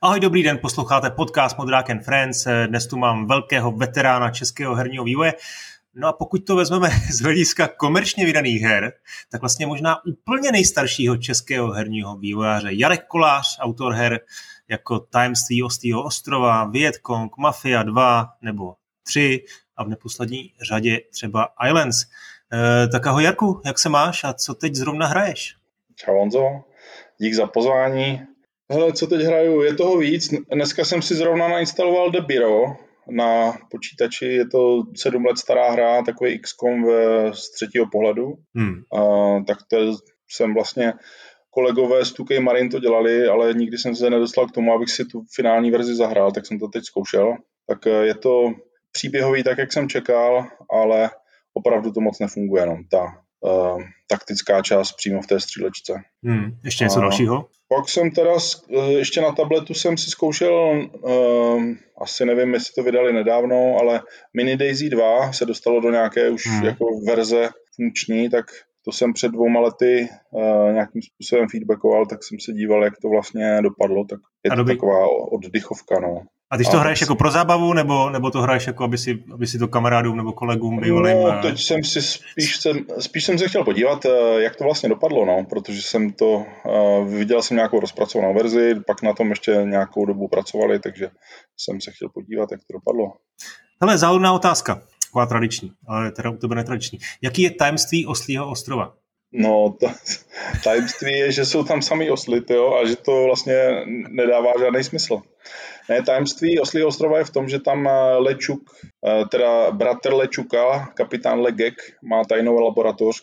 Ahoj, dobrý den, posloucháte podcast Modrák and Friends. Dnes tu mám velkého veterána českého herního vývoje. No a pokud to vezmeme z hlediska komerčně vydaných her, tak vlastně možná úplně nejstaršího českého herního vývojáře Jarek Kolář, autor her jako Tajemství Oslího ostrova, Vietcong, Mafia 2 nebo 3 a v neposlední řadě třeba Islands. Tak ahoj Jarku, jak se máš a co teď zrovna hraješ? Čau Honzo, dík za pozvání. Hele, co teď hraju? Je toho víc. Dneska jsem si zrovna nainstaloval The Bureau na počítači. Je to 7 let stará hra, takový XCOM z třetího pohledu. Tak to jsem vlastně kolegové z 2K Marine to dělali, ale nikdy jsem se nedostal k tomu, abych si tu finální verzi zahrál, tak jsem to teď zkoušel. Tak je to příběhový tak, jak jsem čekal, ale opravdu to moc nefunguje jenom ta taktická část přímo v té střílečce. Ještě něco dalšího? Pak jsem teda ještě na tabletu jsem si zkoušel, asi nevím, jestli to vydali nedávno, ale Mini Daisy 2 se dostalo do nějaké už jako verze funkční, tak to jsem před 2 lety nějakým způsobem feedbackoval, tak jsem se díval, jak to vlastně dopadlo, tak je to taková oddychovka, no. A ty to hraješ jako pro zábavu, nebo to hraješ jako, aby si to kamarádům nebo kolegům bývalým? No, teď jsem si spíš jsem se chtěl podívat, jak to vlastně dopadlo, no, protože jsem to, viděl jsem nějakou rozpracovanou verzi, pak na tom ještě nějakou dobu pracovali, takže jsem se chtěl podívat, jak to dopadlo. Hele, záhodná otázka, taková tradiční, ale teda u tebe netradiční. Jaký je tajemství Oslího ostrova? No, tajemství je, že jsou tam samý osly, jo, a že to vlastně nedává žádný smysl. Ne, tajemství Oslího ostrova je v tom, že tam Lečuk, teda bratr Lečuka, kapitán Legek, má tajnou laboratoř,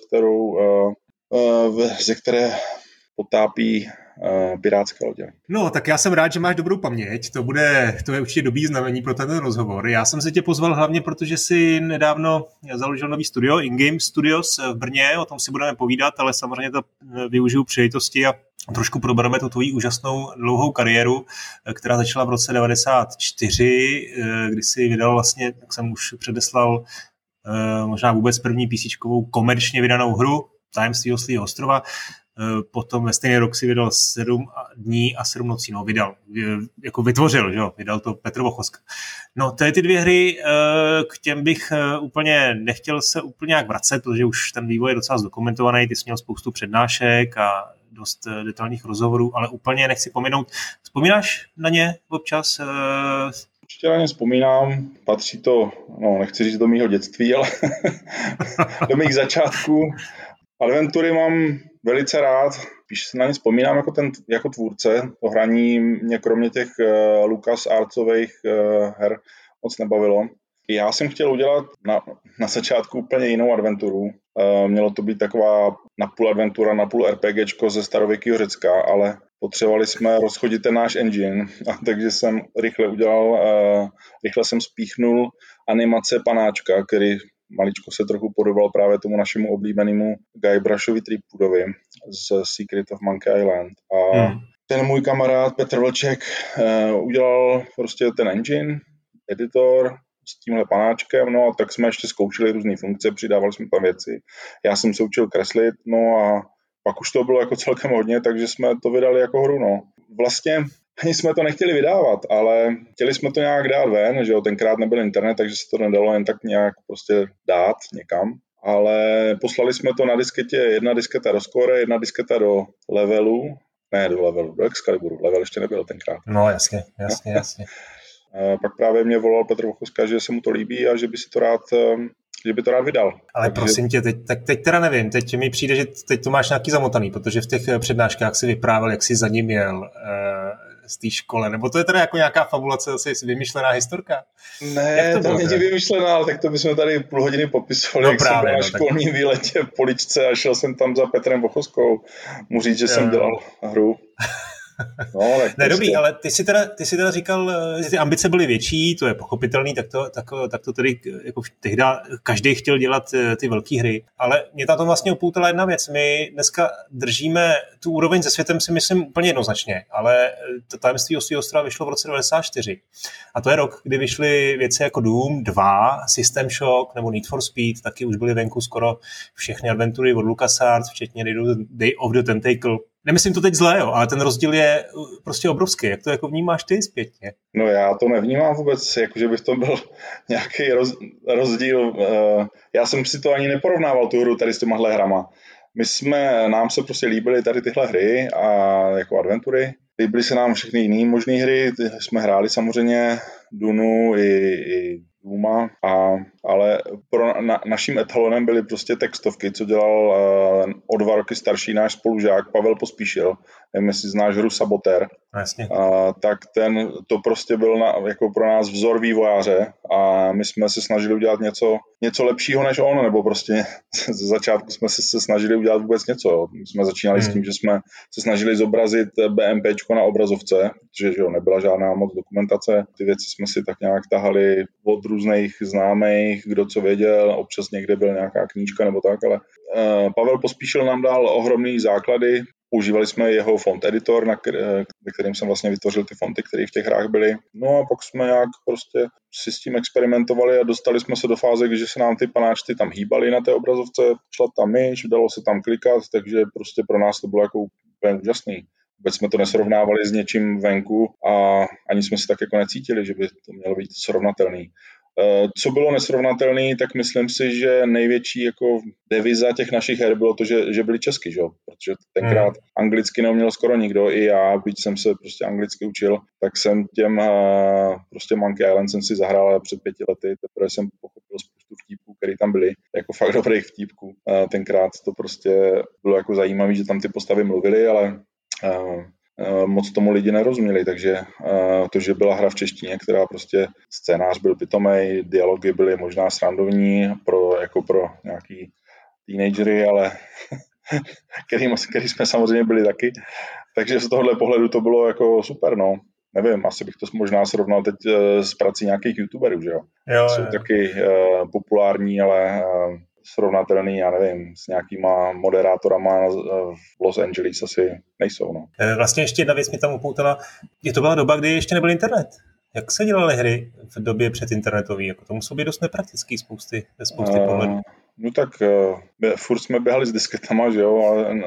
ze které potápí pirátské lodě. No, tak já jsem rád, že máš dobrou paměť. To je určitě dobrý znamení pro ten rozhovor. Já jsem se tě pozval hlavně, protože si nedávno založil nový studio, InGame Studios v Brně, o tom si budeme povídat, ale samozřejmě to využiju příležitosti a trošku probereme tu tvoji úžasnou dlouhou kariéru, která začala v roce 1994, kdy si vydal vlastně, jak jsem už předeslal, možná vůbec první PCčkovou komerčně vydanou hru, Tajemství Oslího ostrova. Potom ve stejný rok si vydal 7 dní a 7 nocí, jako vytvořil, že jo, vydal to Petr Vochoska. No, ty 2 hry, k těm bych úplně nechtěl se úplně nějak vracet, protože už ten vývoj je docela zdokumentovaný, ty jsi měl spoustu přednášek a dost detailních rozhovorů, ale úplně nechci pominout. Vzpomínáš na ně občas? Určitě na ně vzpomínám, patří to, nechci říct do mýho dětství, ale do mých začátků. Adventury mám velice rád, spíš se na ně vzpomínám jako tvůrce. To hraní mě kromě těch LucasArtsových her moc nebavilo. Já jsem chtěl udělat na začátku úplně jinou adventuru. Mělo to být taková napůl adventura, napůl RPGčko ze starověkého Řecka, ale potřebovali jsme rozchodit ten náš engine, takže jsem rychle jsem spíchnul animace panáčka, který maličko se trochu podobal právě tomu našemu oblíbenému Guybrušovi Threepwoodovi z Secret of Monkey Island. A ten můj kamarád Petr Vlček udělal prostě ten engine, editor s tímhle panáčkem, no a tak jsme ještě zkoušeli různé funkce, přidávali jsme tam věci. Já jsem se učil kreslit, no a pak už to bylo jako celkem hodně, takže jsme to vydali jako hru, no. Vlastně ani jsme to nechtěli vydávat, ale chtěli jsme to nějak dát ven, že jo, tenkrát nebyl internet, takže se to nedalo jen tak nějak prostě dát někam, ale poslali jsme to na disketě, 1 disketa do Score, 1 disketa do Excaliburu, Level ještě nebyl tenkrát. No jasně. Pak právě mě volal Petr Vochoska, že se mu to líbí a že by to rád vydal. Ale takže... prosím tě, teď teda nevím, teď mi přijde, že teď to máš nějaký zamotaný, protože v těch přednáškách si vyprávěl, jak jsi za ním jel z té škole, nebo to je teda jako nějaká fabulace, zase vymyšlená historka? Ne, to není vymyšlená, ale tak to bychom tady půl hodiny popisovali, jak jsem byl na školním výletě v Poličce a šel jsem tam za Petrem Vochoskou, mu říct, že jsem dělal hru. No, ne, dobrý, ale ty si teda říkal, že ty ambice byly větší, to je pochopitelný, tak to tedy jako tehdy každý chtěl dělat ty velké hry, ale mě tam vlastně upoutala jedna věc. My dneska držíme tu úroveň se světem, si myslím, úplně jednoznačně, ale to Tajemství Oslího ostrova vyšlo v roce 1994. A to je rok, kdy vyšly věci jako Doom 2, System Shock nebo Need for Speed, taky už byly venku skoro všechny adventury od LucasArts, včetně Day of the Tentacle. nemyslím to teď zlé, jo, ale ten rozdíl je prostě obrovský. Jak to jako vnímáš ty zpětně? No já to nevnímám vůbec, jako že bych to byl nějaký rozdíl. Já jsem si to ani neporovnával, tu hru tady s těmahle hrama. Nám se prostě líbily tady tyhle hry a jako adventury. Líbily se nám všechny jiné možné hry, jsme hráli samozřejmě Dunu i Duma, ale naším etalonem byly prostě textovky, co dělal o 2 roky starší náš spolužák Pavel Pospíšil, nevím, jestli znáš hru Sabotér, tak to prostě byl jako pro nás vzor vývojáře a my jsme se snažili udělat něco lepšího než on, nebo prostě ze začátku jsme se snažili udělat vůbec něco. My jsme začínali s tím, že jsme se snažili zobrazit BMPčko na obrazovce, protože nebyla žádná moc dokumentace. Ty věci jsme si tak nějak tahali od různých známých, kdo co věděl, občas někde byl nějaká knížka nebo tak, ale Pavel Pospíšil nám dal ohromný základy. Používali jsme jeho font editor, ve kterým jsem vlastně vytvořil ty fonty, které v těch hrách byly. No a pak jsme nějak prostě si s tím experimentovali a dostali jsme se do fáze, že se nám ty panáčky tam hýbaly na té obrazovce, šla tam myš, dalo se tam klikat, takže prostě pro nás to bylo jako úplně úžasný. Vůbec jsme to nesrovnávali s něčím venku a ani jsme si tak jako necítili, že by to mělo být srovnatelný. Co bylo nesrovnatelné, tak myslím si, že největší jako deviza těch našich her bylo to, že byly česky, že? Protože tenkrát anglicky neuměl skoro nikdo, i já, byť jsem se prostě anglicky učil, tak jsem prostě Monkey Island jsem si zahrál před 5 lety, teprve jsem pochopil spoustu vtípků, které tam byly, jako fakt dobrých vtípků. Tenkrát to prostě bylo jako zajímavé, že tam ty postavy mluvily, ale moc tomu lidi nerozuměli, takže to, že byla hra v češtině, která prostě scénář byl pitomej, dialogy byly možná srandovní pro nějaký teenagery, ale který jsme samozřejmě byli taky, takže z tohohle pohledu to bylo jako super, no. Nevím, asi bych to možná srovnal teď s prací nějakých youtuberů, že jo? Jsou taky populární, ale srovnatelný, já nevím, s nějakýma moderátorama v Los Angeles asi nejsou. No. Vlastně ještě jedna věc mě tam upoutala, že to byla doba, kdy ještě nebyl internet. Jak se dělaly hry v době předinternetový? Jako to muselo být dost nepraktický spousty pohledů. No tak furt jsme běhali s disketama, že jo, ale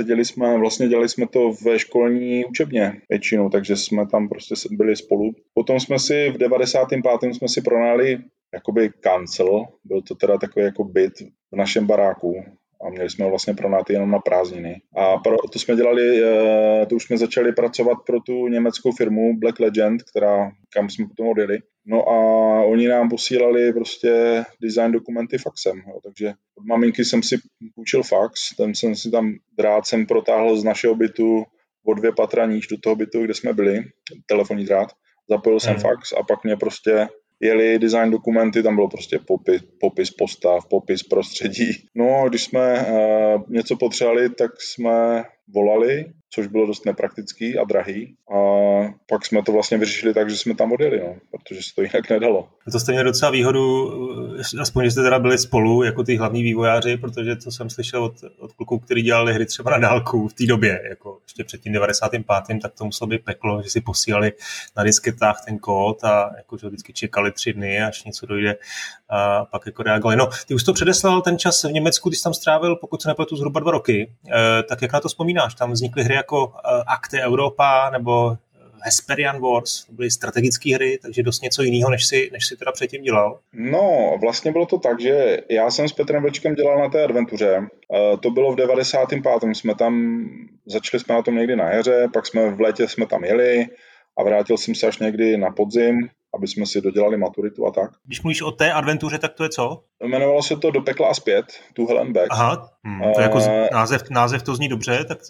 dělali jsme to ve školní učebně většinou, takže jsme tam prostě byli spolu. Potom jsme si v 95. jsme si pronajali jakoby kancel, byl to teda takový jako byt v našem baráku a měli jsme ho vlastně pronajatý jenom na prázdniny. A to jsme dělali, to už jsme začali pracovat pro tu německou firmu Black Legend, kam jsme potom odjeli. No a oni nám posílali prostě design dokumenty faxem, jo. Takže od maminky jsem si půjčil fax, ten jsem si tam drát jsem protáhl z našeho bytu o 2 patra níž do toho bytu, kde jsme byli, telefonní drát, zapojil jsem fax a pak mě prostě jeli design dokumenty, tam bylo prostě popis postav, popis prostředí. No a když jsme něco potřebovali, tak jsme volali, což bylo dost nepraktický a drahý. A pak jsme to vlastně vyřešili tak, že jsme tam odjeli, no, protože se to jinak nedalo. To jste měli docela výhodu, aspoň, že jste teda byli spolu jako ty hlavní vývojáři, protože to jsem slyšel od kluků, kteří dělali hry třeba na dálku v té době, jako ještě před tím 95. tak to muselo být peklo, že si posílali na disketách ten kód a jako, že vždycky čekali 3 dny, až něco dojde a pak jako reagovali. No, ty už to předeslal ten čas v Německu, když jsi tam strávil, pokud se nepletu, zhruba 2 roky, tak jak na to vzpomínáš? Tam vznikly hry jako Acte Europa nebo Hesperian Wars, to byly strategické hry, takže dost něco jiného, než si teda předtím dělal. No, vlastně bylo to tak, že já jsem s Petrem Vlčkem dělal na té adventuře. To bylo v 95. Začali jsme na tom někdy na jaře, pak v létě jsme tam jeli a vrátil jsem se až někdy na podzim, aby jsme si dodělali maturitu a tak. Když mluvíš o té adventuře, tak to je co? Jmenovalo se to Do pekla a zpět, To Hell and Back. Aha, to jako název to zní dobře, tak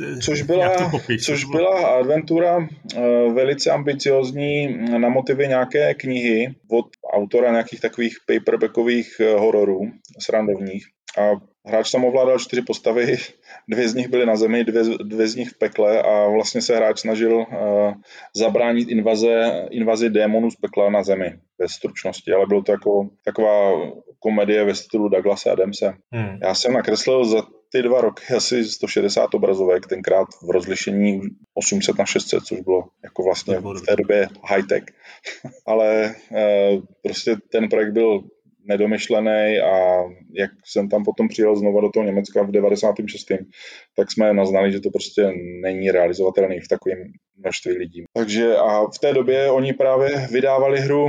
což byla adventura velice ambiciozní na motivy nějaké knihy od autora nějakých takových paperbackových hororů srandovních. A hráč tam ovládal 4 postavy, 2 z nich byly na zemi, 2 z nich v pekle a vlastně se hráč snažil zabránit invazi démonů z pekla na zemi ve stručnosti, ale bylo to jako taková komedie ve stylu Douglasa Adamse. Já jsem nakreslil za ty 2 roky asi 160 obrazovek, tenkrát v rozlišení 800x600, což bylo jako vlastně v té době high-tech. Ale prostě ten projekt byl nedomyšlený a jak jsem tam potom přijel znova do toho Německa v 96., tak jsme naznali, že to prostě není realizovatelný v takovém množství lidí. Takže a v té době oni právě vydávali hru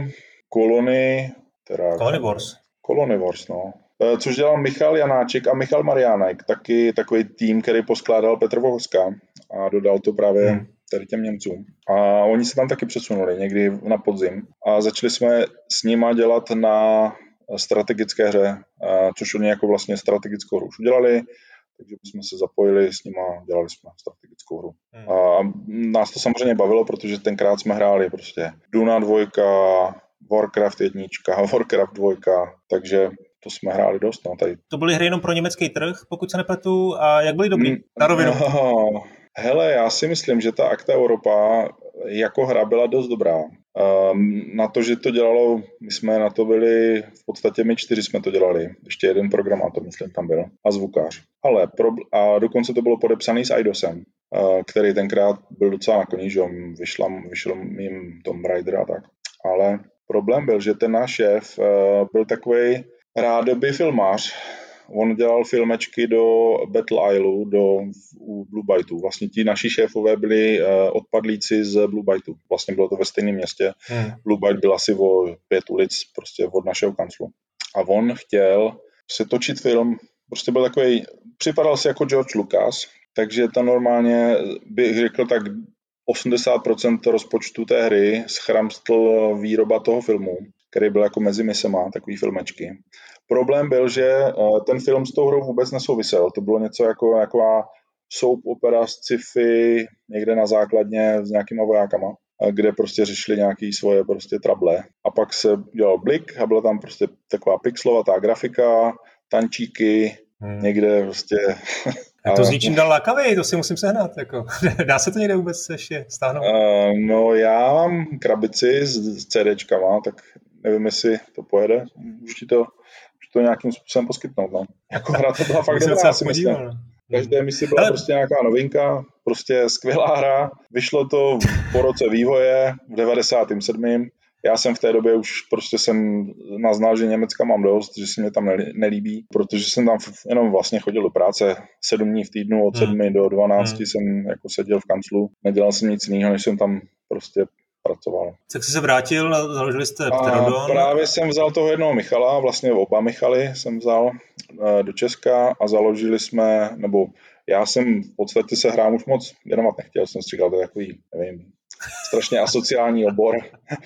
Colony Wars, no. Což dělal Michal Janáček a Michal Mariánek, taky takový tým, který poskládal Petr Vohoska a dodal to právě tady těm Němcům. A oni se tam taky přesunuli někdy na podzim a začali jsme s nima dělat na strategické hře, což oni jako vlastně strategickou hru už udělali, takže jsme se zapojili s nima, dělali jsme strategickou hru. A nás to samozřejmě bavilo, protože tenkrát jsme hráli prostě Duna 2, Warcraft 1, Warcraft 2, takže to jsme hráli dost. No, tady. To byly hry jenom pro německý trh, pokud se nepletu, a jak byly dobrý? Na rovinu. Hele, já si myslím, že ta Acta Europa jako hra byla dost dobrá. Na to, že to dělalo, my jsme na to byli, v podstatě my 4 jsme to dělali, ještě jeden programátor, myslím, tam byl, a zvukář. A dokonce to bylo podepsaný s Eidosem, který tenkrát byl docela na koni, že vyšel mým Tomb Raider a tak. Ale problém byl, že ten náš šéf byl takovej rádoby filmář. On dělal filmečky do Battle Isle, u Blue Byteu. Vlastně ti naši šéfové byli odpadlíci z Blue Byteu. Vlastně bylo to ve stejném městě. Blue Byte byl asi o 5 ulic prostě od našeho kanclu. A on chtěl se točit film, prostě byl takový, připadal si jako George Lucas, takže to normálně bych řekl tak 80% rozpočtu té hry schramstl výroba toho filmu, který byl jako mezi misema, takový filmečky. Problém byl, že ten film s tou hrou vůbec nesouvisel. To bylo něco jako taková soap opera z sci-fi někde na základně s nějakýma vojákama, kde prostě řešili nějaký svoje prostě trable. A pak se dělal blik a byla tam prostě taková pixelovatá grafika, tančíky, někde prostě... A to s ničím dal lákavý, to si musím sehnat. Jako. Dá se to někde vůbec ještě stáhnout? No já mám krabici s CDčkama, tak nevím, jestli to pojede. Už to nějakým způsobem poskytnout. No. Jako hra to byla fakt dobrá, si myslím. Každé misi byla prostě nějaká novinka, prostě skvělá hra. Vyšlo to po roce vývoje v 97. Já jsem v té době už prostě jsem naznal, že Německa mám dost, že se mě tam nelíbí, protože jsem tam jenom vlastně chodil do práce 7 dní v týdnu, od 7 do 12 jsem jako seděl v kanclu, nedělal jsem nic jiného, než jsem tam prostě pracoval. Tak jsi se vrátil a založili jste Pterodon? Právě jsem vzal toho jednoho Michala, vlastně oba Michaly jsem vzal do Česka a založili jsme, nebo já jsem v podstatě se hrám už moc věnovat nechtěl, jsem si říkal, to je takový, nevím, strašně asociální obor.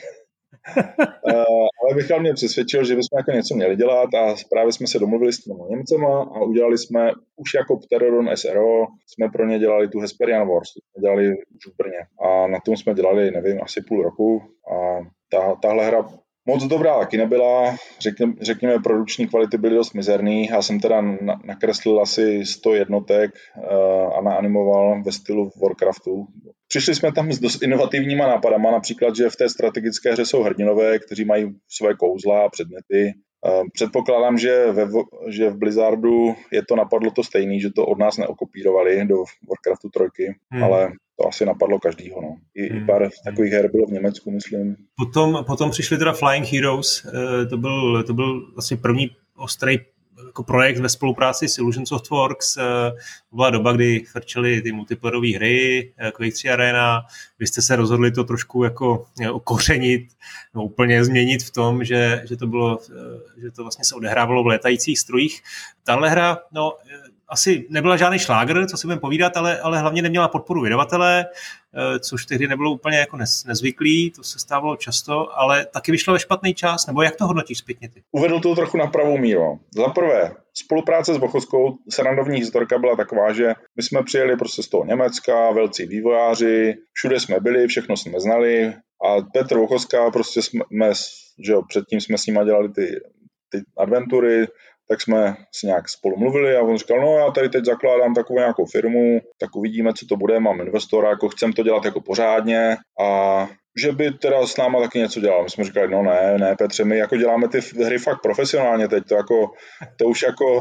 Ale Michal mě přesvědčil, že bychom jako něco měli dělat a právě jsme se domluvili s těmi Němcema a udělali jsme už jako Pterodon SRO, jsme pro ně dělali tu Hesperian Wars, jsme dělali už v Brně a na tom jsme dělali, nevím, asi půl roku a tahle hra moc dobrá taky nebyla, řekněme produkční kvality byly dost mizerný, já jsem teda nakreslil asi 100 jednotek a naanimoval ve stylu Warcraftu. Přišli jsme tam s dost inovativníma nápadama, například, že v té strategické hře jsou hrdinové, kteří mají své kouzla a předměty. Předpokládám, že v Blizzardu je to napadlo to stejný, že to od nás neokopírovali do Warcraftu 3, ale to asi napadlo každýho. No. I pár takových her bylo v Německu, myslím. Potom přišli teda Flying Heroes, to byl vlastně první ostrý jako projekt ve spolupráci s Illusion Softworks. To byla doba, kdy frčely ty multiplayerové hry, Quake 3 Arena. Vy jste se rozhodli to trošku jako okořenit, no, úplně změnit v tom, že to vlastně se odehrávalo v létajících strojích. Tahle hra, no, asi nebyla žádný šlágr, co si budeme povídat, ale hlavně neměla podporu vydavatele, což tehdy nebylo úplně jako nezvyklý, to se stávalo často, ale taky vyšlo ve špatný čas, nebo jak to hodnotíš zpětně ty? Uvedl to trochu na pravou míru. Za prvé, spolupráce s Bochoskou, srandovní historka byla taková, že my jsme přijeli prostě z toho Německa, velcí vývojáři, všude jsme byli, všechno jsme znali a Petr Bochoska prostě jsme, že jo, předtím jsme s nima dělali ty adventury, tak jsme si nějak spolu mluvili a on říkal, no já tady teď zakládám takovou nějakou firmu, tak uvidíme, co to bude, mám investora, jako chcem to dělat jako pořádně a že by teda s náma taky něco dělal. My jsme říkali, no ne Petře, my jako děláme ty hry fakt profesionálně teď, to už jako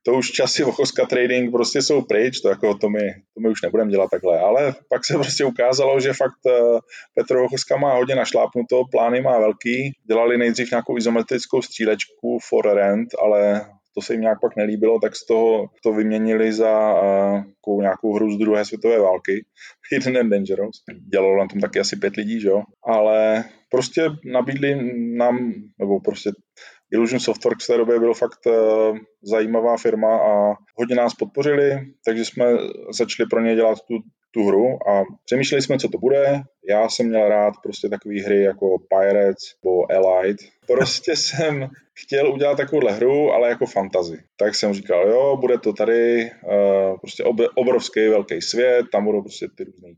to už časy Vochoska Trading prostě jsou pryč, to my už nebudeme dělat takhle, ale pak se prostě ukázalo, že fakt Petr Vochoska má hodně našlápnuto, plány má velký, dělali nejdřív nějakou izometrickou střílečku for rent, ale to se jim nějak pak nelíbilo, tak z toho to vyměnili za nějakou hru z druhé světové války, Hidden and Dangerous. Dělalo na tom taky asi 5 lidí, že jo? Ale prostě nabídli nám, nebo prostě Illusion Softworks v té době byl fakt zajímavá firma a hodně nás podpořili, takže jsme začali pro ně dělat tu hru a přemýšleli jsme, co to bude. Já jsem měl rád prostě takové hry jako Pirates nebo Allied. Prostě jsem chtěl udělat takovouhle hru, ale jako fantasy. Tak jsem říkal, jo, bude to tady prostě obrovský velký svět, tam budou prostě ty různé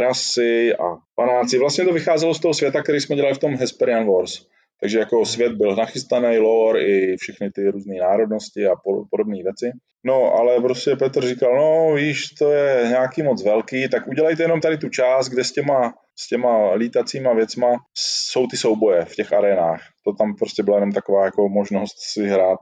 rasy a panáci. Vlastně to vycházelo z toho světa, který jsme dělali v tom Hesperian Wars. Takže jako svět byl nachystaný, lore i všechny ty různé národnosti a podobné věci. No, ale prostě Petr říkal, no víš, to je nějaký moc velký, tak udělejte jenom tady tu část, kde s těma lítacíma věcma jsou ty souboje v těch arénách. To tam prostě byla jenom taková jako možnost si hrát.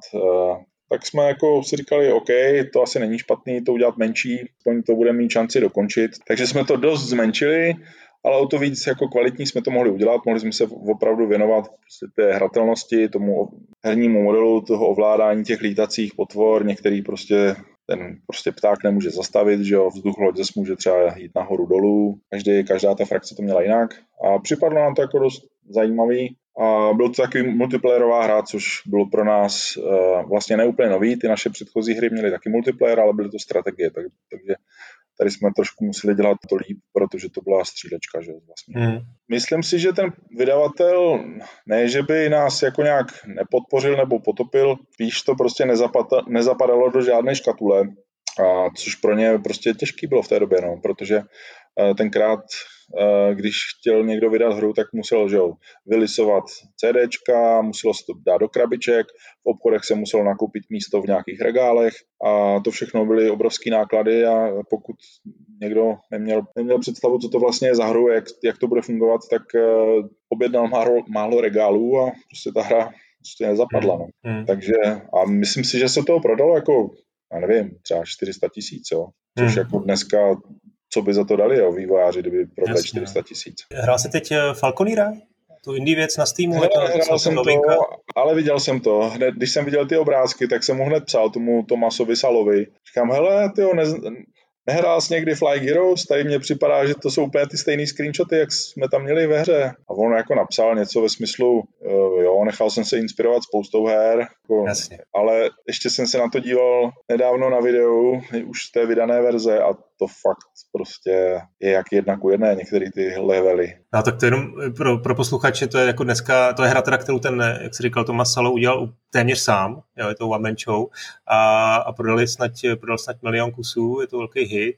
Tak jsme jako si říkali, OK, to asi není špatný, to udělat menší, aspoň to bude mít šanci dokončit. Takže jsme to dost zmenšili, ale o to víc jako kvalitní jsme to mohli udělat, mohli jsme se opravdu věnovat prostě té hratelnosti, tomu hernímu modelu, toho ovládání těch lítacích potvor, některý prostě ten prostě pták nemůže zastavit, že jo, vzducholoď zase může třeba jít nahoru dolů, každá ta frakce to měla jinak a připadlo nám to jako dost zajímavý a byl to takový multiplayerová hra, což bylo pro nás vlastně neúplně nový, ty naše předchozí hry měly taky multiplayer, ale byly to strategie, takže tady jsme trošku museli dělat to líp, protože to byla střílečka, že vlastně. Myslím si, že ten vydavatel, ne, že by nás jako nějak nepodpořil nebo potopil, spíš to prostě nezapadalo do žádné škatule, a což pro ně prostě těžký bylo v té době, no, protože tenkrát, když chtěl někdo vydat hru, tak musel, že jo, vylisovat CDčka, muselo se to dát do krabiček, v obchodech se muselo nakoupit místo v nějakých regálech a to všechno byly obrovský náklady a pokud někdo neměl představu, co to vlastně je za hru, jak to bude fungovat, tak objednal málo regálů a prostě ta hra prostě nezapadla. No. Takže a myslím si, že se toho prodalo jako, já nevím, třeba 400 000, jo, což jako dneska co by za to dali, jo, vývojáři, kdyby prodali 400 000. Hrál jsi teď Falconira? Tu indie věc na Steamu? Hrál jsem to, ale viděl jsem to. Hned, když jsem viděl ty obrázky, tak jsem mu hned psal tomu Tomasovi Salovi. Říkám, hele, tyjo, nehrál jsi někdy Flying Heroes? Tady mně připadá, že to jsou úplně ty stejný screenshoty, jak jsme tam měli ve hře. A on jako napsal něco ve smyslu, jo, nechal jsem se inspirovat spoustou her, jako, ale ještě jsem se na to díval nedávno na videu, už z té vydané verze a to fakt prostě je jak 1:1 některé ty levely. No tak to jenom pro posluchače, to je jako dneska, to je hra teda, kterou ten, jak jsi říkal, Tomas Salo udělal téměř sám, jo, je to one man show a prodal snad 1 milion kusů, je to velký hit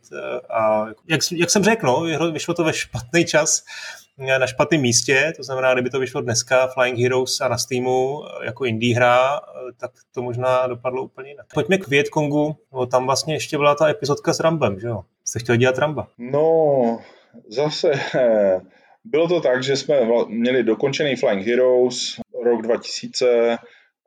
a jak jsem řekl, no, vyšlo to ve špatný čas, na špatném místě, to znamená, kdyby to vyšlo dneska Flying Heroes a na Steamu jako indie hra, tak to možná dopadlo úplně jinak. Pojďme k Vietcongu, tam vlastně ještě byla ta epizodka s Rambem, že jo? Jste chtěl dělat Ramba? No, zase bylo to tak, že jsme měli dokončený Flying Heroes, rok 2000,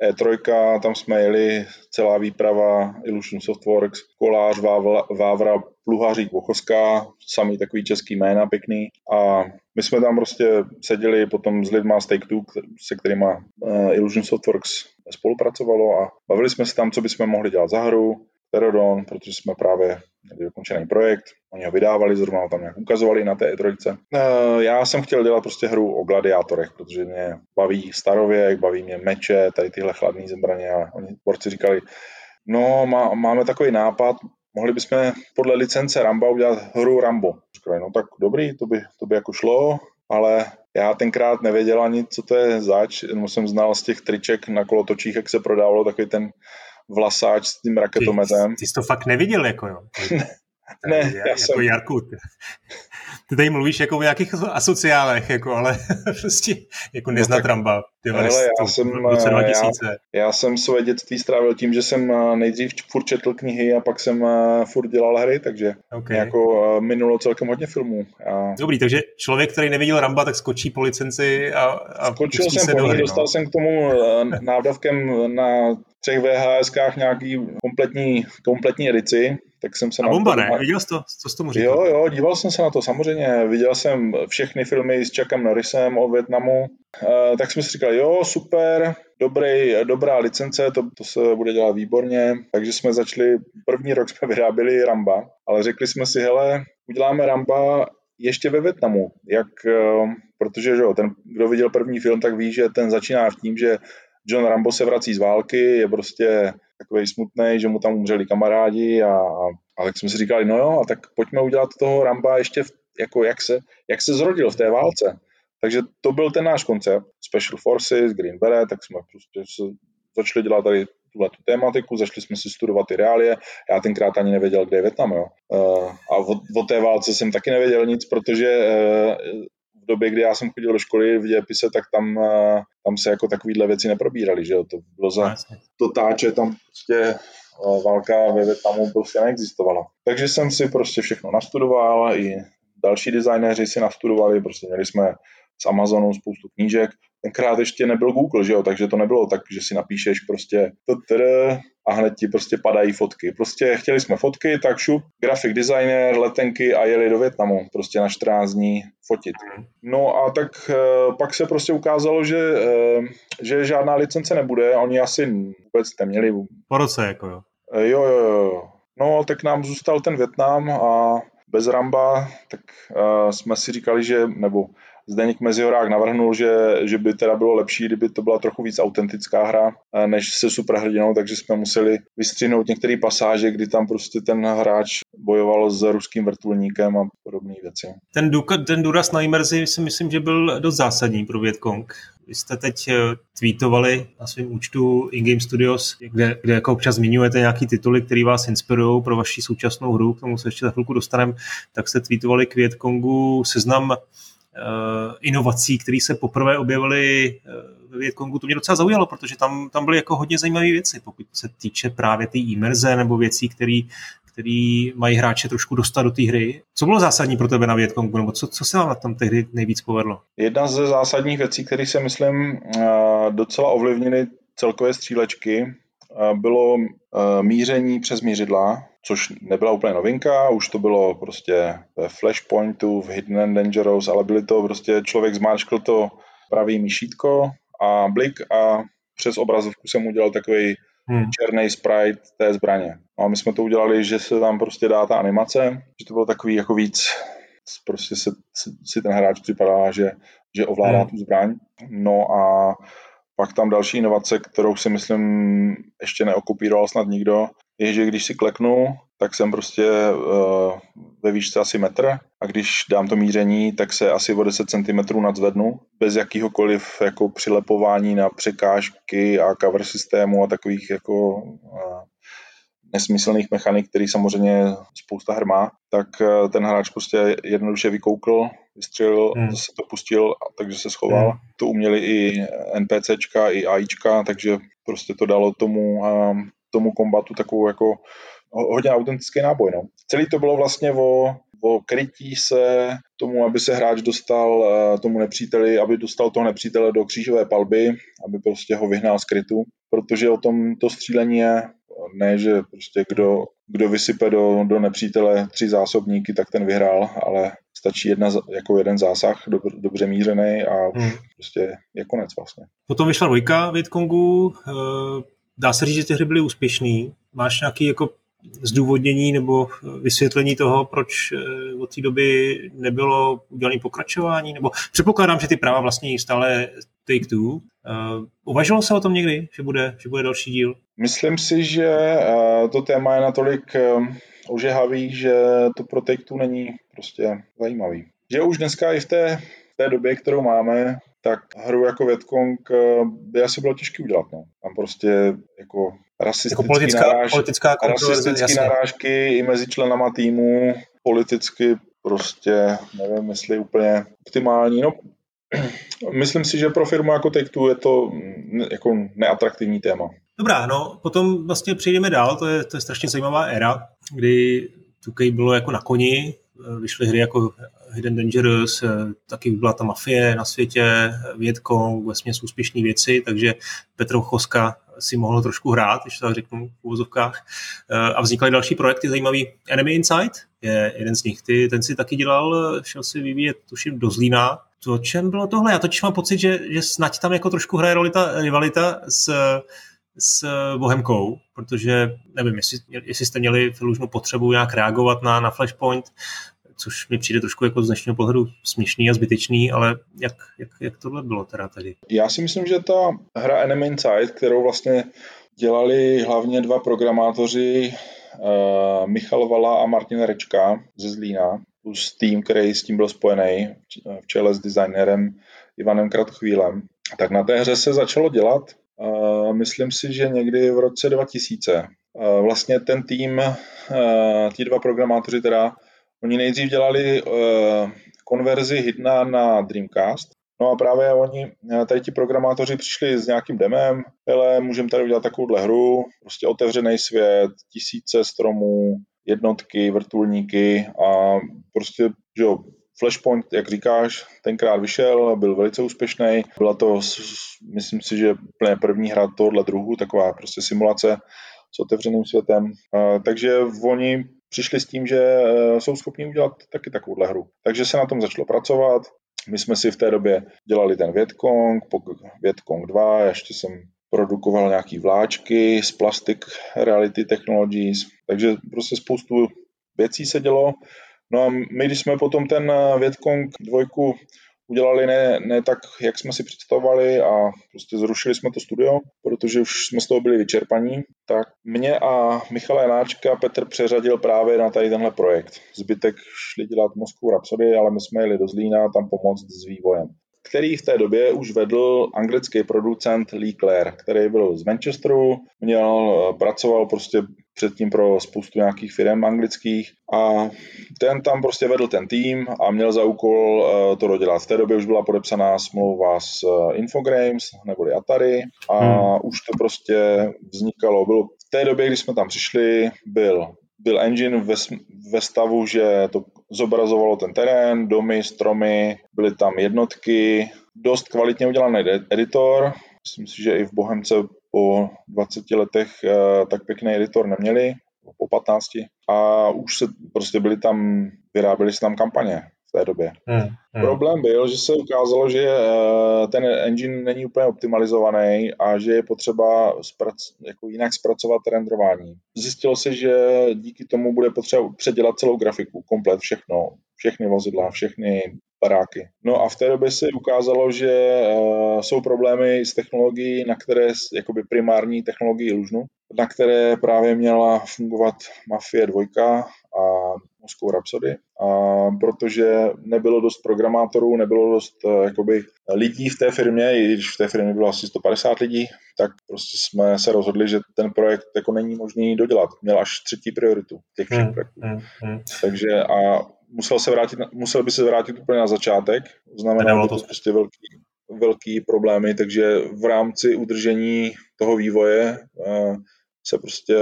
E3, tam jsme jeli celá výprava Illusion Softworks, Kolář, Vávra, Pluhařík, Vochoska, samý takový český jména pěkný a my jsme tam prostě seděli potom s lidma z Take-Two, se kterýma Illusion Softworks spolupracovalo a bavili jsme se tam, co bychom mohli dělat za hru, Pterodon, protože jsme právě měli dokončený projekt, oni ho vydávali, zrovna ho tam nějak ukazovali na té E3. Já jsem chtěl dělat prostě hru o gladiátorech, protože mě baví starověk, baví mě meče, tady tyhle chladné zbraně a oni borci říkali, no máme takový nápad, mohli bychom podle licence Ramba udělat hru Rambo. Říkali, no tak dobrý, to by jako šlo, ale já tenkrát nevěděl ani, co to je zač, jenom jsem znal z těch triček na kolotočích, jak se prodávalo takový ten vlasáč s tím raketometem. Ty jsi to fakt neviděl, jako jo? Ne, já jako jsem... Jarku, ty tady mluvíš jako o nějakých asociálech, jako, ale prostě jako neznat Ramba. Hele, v roce 2000. Já jsem své dětství strávil tím, že jsem nejdřív furt četl knihy a pak jsem furt dělal hry, takže jako minulo celkem hodně filmů. Dobrý, takže člověk, který neviděl Ramba, tak skočí po licenci a skočil jsem po ní, dostal jsem k tomu návdavkem na 3 VHSkách nějaký kompletní edici. Tak jsem se a bomba, ne? Viděl jsi to? Co jsi tomu říkal? Jo, díval jsem se na to, samozřejmě. Viděl jsem všechny filmy s Chuckem Norrisem o Vietnamu. Tak jsme si říkali, jo, super, dobrá licence, to se bude dělat výborně. Takže jsme začali, první rok jsme vyráběli Ramba, ale řekli jsme si, hele, uděláme Ramba ještě ve Vietnamu. Protože ten, kdo viděl první film, tak ví, že ten začíná tím, že John Rambo se vrací z války, je prostě takovej smutnej, že mu tam umřeli kamarádi a tak jsme si říkali, no jo, a tak pojďme udělat toho Ramba ještě jako jak se zrodil v té válce. Takže to byl ten náš koncept, Special Forces, Green Beret, tak jsme prostě začali dělat tady tu tématiku, začali jsme si studovat ty reálie, já tenkrát ani nevěděl, kde je Vietnam, jo. A o té válce jsem taky nevěděl nic, protože v době, kdy já jsem chodil do školy v dějepise, tak tam se jako takovýhle věci neprobíraly, že jo, to bylo za totáče, tam prostě válka ve Vietnamu prostě neexistovala. Takže jsem si prostě všechno nastudoval, i další designéři si nastudovali, prostě měli jsme z Amazonu spoustu knížek. Tenkrát ještě nebyl Google, že jo, takže to nebylo tak, že si napíšeš prostě a hned ti prostě padají fotky. Prostě chtěli jsme fotky, tak šup, grafik designer, letenky a jeli do Vietnamu prostě na 14 dní fotit. No a tak pak se prostě ukázalo, že žádná licence nebude, oni asi vůbec neměli. Po roce jako jo. Jo. No, tak nám zůstal ten Vietnam a bez Ramba, tak jsme si říkali, nebo Zdeněk Mezihorák navrhnul, že by teda bylo lepší, kdyby to byla trochu víc autentická hra, než se superhrdinou, takže jsme museli vystřihnout některé pasáže, kdy tam prostě ten hráč bojoval s ruským vrtulníkem a podobné věci. Ten důraz na imerzi si myslím, že byl dost zásadní pro Vietkong. Vy jste teď tweetovali na svém účtu In-Game Studios, kde jako občas zmiňujete nějaký tituly, které vás inspirují pro vaši současnou hru, k tomu se ještě za chvilku dostaneme, tak jste tweetovali k Vietkongu seznam inovací, které se poprvé objevily ve Vietkongu. To mě docela zaujalo, protože tam byly jako hodně zajímavé věci, pokud se týče právě té imerze nebo věcí, které mají hráče trošku dostat do té hry. Co bylo zásadní pro tebe na Vietkongu, nebo co se vám na tom té hry nejvíc povedlo? Jedna ze zásadních věcí, které se myslím docela ovlivnily celkové střílečky, bylo míření přes mířidla, což nebyla úplně novinka, už to bylo prostě ve Flashpointu, v Hidden and Dangerous, ale byly to prostě, člověk zmáčkl to pravý myšítko a blik a přes obrazovku jsem udělal takový černý sprite té zbraně. A my jsme to udělali, že se tam prostě dá ta animace, že to bylo takový jako víc, prostě si ten hráč připadá, že ovládá tu zbraň. No a pak tam další inovace, kterou si myslím ještě neokopíroval snad nikdo, je, že když si kleknu, tak jsem prostě ve výšce asi metr a když dám to míření, tak se asi o 10 cm nadzvednu, bez jakýhokoliv jako přilepování na překážky a cover systému a takových jako nesmyslných mechanik, který samozřejmě spousta her má, tak ten hráč prostě jednoduše vykoukl, vystřelil, zase to pustil, takže se schoval. To uměli i NPCčka, i AIčka, takže prostě to dalo tomu kombatu takovou jako hodně autentický náboj. No. Celý to bylo vlastně o krytí se tomu, aby se hráč dostal tomu nepříteli, aby dostal toho nepřítele do křížové palby, aby prostě ho vyhnal z krytu, protože o tom to střílení je ne, že prostě kdo vysype do nepřítele 3 zásobníky, tak ten vyhrál, ale stačí jeden zásah, dobře mířený a prostě je konec vlastně. Potom vyšla 2 Vietkongu, dá se říct, že ty hry byly úspěšný. Máš nějaký jako zdůvodnění nebo vysvětlení toho, proč od té doby nebylo udělané pokračování? Nebo předpokládám, že ty práva vlastně stále Take-Two. Uvažovalo se o tom někdy, že bude další díl? Myslím si, že to téma je natolik ožehavý, že to pro Take-Two není prostě zajímavý. Že už dneska i v té době, kterou máme, tak hru jako Vietkong by asi bylo těžké udělat. No. Tam prostě jako rasistický narážky i mezi členama týmu, politicky prostě nevím, jestli úplně optimální. No, Myslím si, že pro firmu jako Take-Two je to jako neatraktivní téma. Dobrá, no potom vlastně přejdeme dál, to je strašně zajímavá éra, kdy 2K bylo jako na koni, vyšly hry jako Hidden Dangerous, taky byla ta mafie na světě, Vietcong, vesměs úspěšné věci, takže Petr Choska si mohl trošku hrát, když to tak řeknu v uvozovkách. A vznikaly další projekty zajímavý. Enemy Inside je jeden z nich. Ten si taky dělal, šel si vyvíjet, tuším, do Zlína. O čem bylo tohle? Já totiž mám pocit, že snad tam jako trošku hraje roli ta rivalita s Bohemkou, protože nevím, jestli jste měli vyloženou potřebu nějak reagovat na Flashpoint, což mi přijde trošku jako z dnešního pohledu směšný a zbytečný, ale jak tohle bylo teda tady? Já si myslím, že ta hra Enemy Inside, kterou vlastně dělali hlavně dva programátoři, Michal Vala a Martin Rečka ze Zlína, plus tým, který s tím byl spojený v čele s designérem Ivanem Kratchvílem, tak na té hře se začalo dělat. Myslím si, že někdy v roce 2000. Vlastně ten tým, ti dva programátoři teda, oni nejdřív dělali konverzi Hidna na Dreamcast. No a právě oni, tady ti programátoři přišli s nějakým demem, hele, můžeme tady udělat takovouhle hru, prostě otevřený svět, tisíce stromů, jednotky, vrtulníky a prostě, že jo, Flashpoint, jak říkáš, tenkrát vyšel, byl velice úspěšný. Byla to, myslím si, že úplně první hra tohohle druhu, taková prostě simulace s otevřeným světem. Takže oni přišli s tím, že jsou schopni udělat taky takovouhle hru. Takže se na tom začalo pracovat. My jsme si v té době dělali ten Vietcong, Vietcong 2, ještě jsem produkoval nějaký vláčky z Plastic Reality Technologies, takže prostě spoustu věcí se dělo. No a my, když jsme potom ten Vietcong 2 udělali ne tak, jak jsme si představovali a prostě zrušili jsme to studio, protože už jsme z toho byli vyčerpaní, tak mě a Michala Janáčka Petr přeřadil právě na tady tenhle projekt. Zbytek šli dělat Moscow Rhapsody, ale my jsme jeli do Zlína tam pomoct s vývojem, který v té době už vedl anglický producent Lee Clare, který byl z Manchesteru, pracoval prostě předtím pro spoustu nějakých firm anglických a ten tam prostě vedl ten tým a měl za úkol to dodělat. V té době už byla podepsaná smlouva s Infogrames, neboli Atari a už to prostě vznikalo. V té době, když jsme tam přišli, byl engine ve stavu, že to zobrazovalo ten terén, domy, stromy, byly tam jednotky, dost kvalitně udělaný editor. Myslím si, že i v Bohemce po 20 letech tak pěkný editor neměli, po 15. A už se prostě vyráběly se tam kampaně v té době. Problém byl, že se ukázalo, že ten engine není úplně optimalizovaný a že je potřeba jako jinak zpracovat renderování. Zjistilo se, že díky tomu bude potřeba předělat celou grafiku, komplet všechny vozidla, všechny baráky. No a v té době se ukázalo, že jsou problémy s technologií, na které, jakoby primární technologii ilusionu, na které právě měla fungovat Mafie 2 a Moscow Rhapsody, protože nebylo dost programátorů, nebylo dost jakoby lidí v té firmě, i když v té firmě bylo asi 150 lidí, tak prostě jsme se rozhodli, že ten projekt jako není možný dodělat. Měl až 3. prioritu těch všech projektů. Takže a musel by se vrátit úplně na začátek, znamenalo to prostě velký problémy, takže v rámci udržení toho vývoje se prostě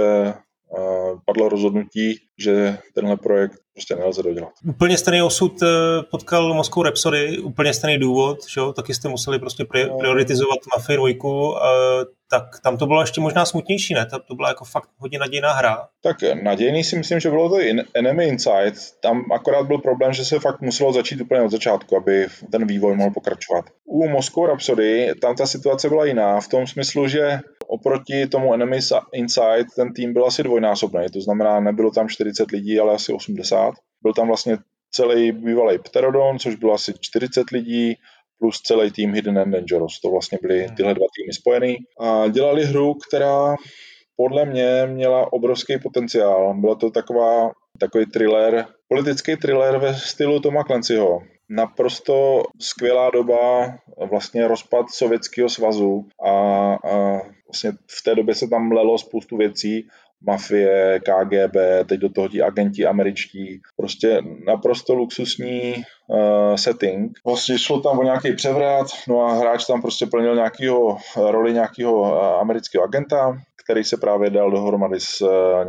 padlo rozhodnutí, že tenhle projekt prostě nelze dodělat. Úplně stejný osud potkal Moscow Rhapsody, úplně stejný důvod, že? Taky jste museli prostě prioritizovat Mafii 2, tak tam to bylo ještě možná smutnější, ne? To byla jako fakt hodně nadějná hra. Tak nadějný si myslím, že bylo to Enemy Inside. Tam akorát byl problém, že se fakt muselo začít úplně od začátku, aby ten vývoj mohl pokračovat. U Moscow Rhapsody tam ta situace byla jiná, v tom smyslu, že oproti tomu Enemy Inside ten tým byl asi dvojnásobný, to znamená, nebylo tam 40 lidí, ale asi 80. Byl tam vlastně celý bývalý Pterodon, což bylo asi 40 lidí, plus celý tým Hidden and Dangerous. To vlastně byly tyhle dva týmy spojený. A dělali hru, která podle mě měla obrovský potenciál. Byla to takový thriller, politický thriller ve stylu Toma Clancyho. Naprosto skvělá doba, vlastně rozpad Sovětského svazu a vlastně v té době se tam lelo spoustu věcí mafie, KGB, teď do toho ti agenti američtí, prostě naprosto luxusní setting. Vlastně šlo tam o nějaký převrat, no a hráč tam prostě plnil roli nějakého amerického agenta, který se právě dal dohromady s